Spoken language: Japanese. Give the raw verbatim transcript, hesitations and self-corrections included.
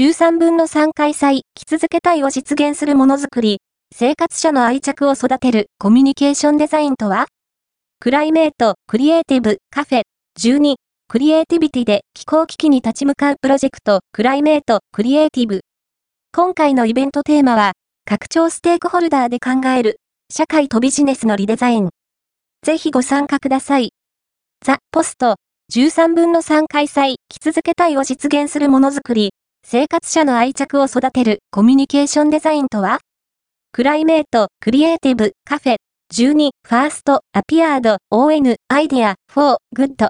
じゅうさんぶんのさん開催、着続けたいを実現するものづくり、生活者の愛着を育てるコミュニケーションデザインとは？クライメート、クリエイティブ、カフェ、じゅうに、クリエイティビティで気候危機に立ち向かうプロジェクト、クライメート、クリエイティブ。今回のイベントテーマは、拡張ステークホルダーで考える、社会とビジネスのリデザイン。ぜひご参加ください。ザ・ポスト、じゅうさんぶんのさん開催、着続けたいを実現するものづくり、生活者の愛着を育てるコミュニケーションデザインとは？クライメート、クリエイティブ、カフェ、じゅうに、ファースト、アピアード、オーエヌ、アイディア、フォー、グッド。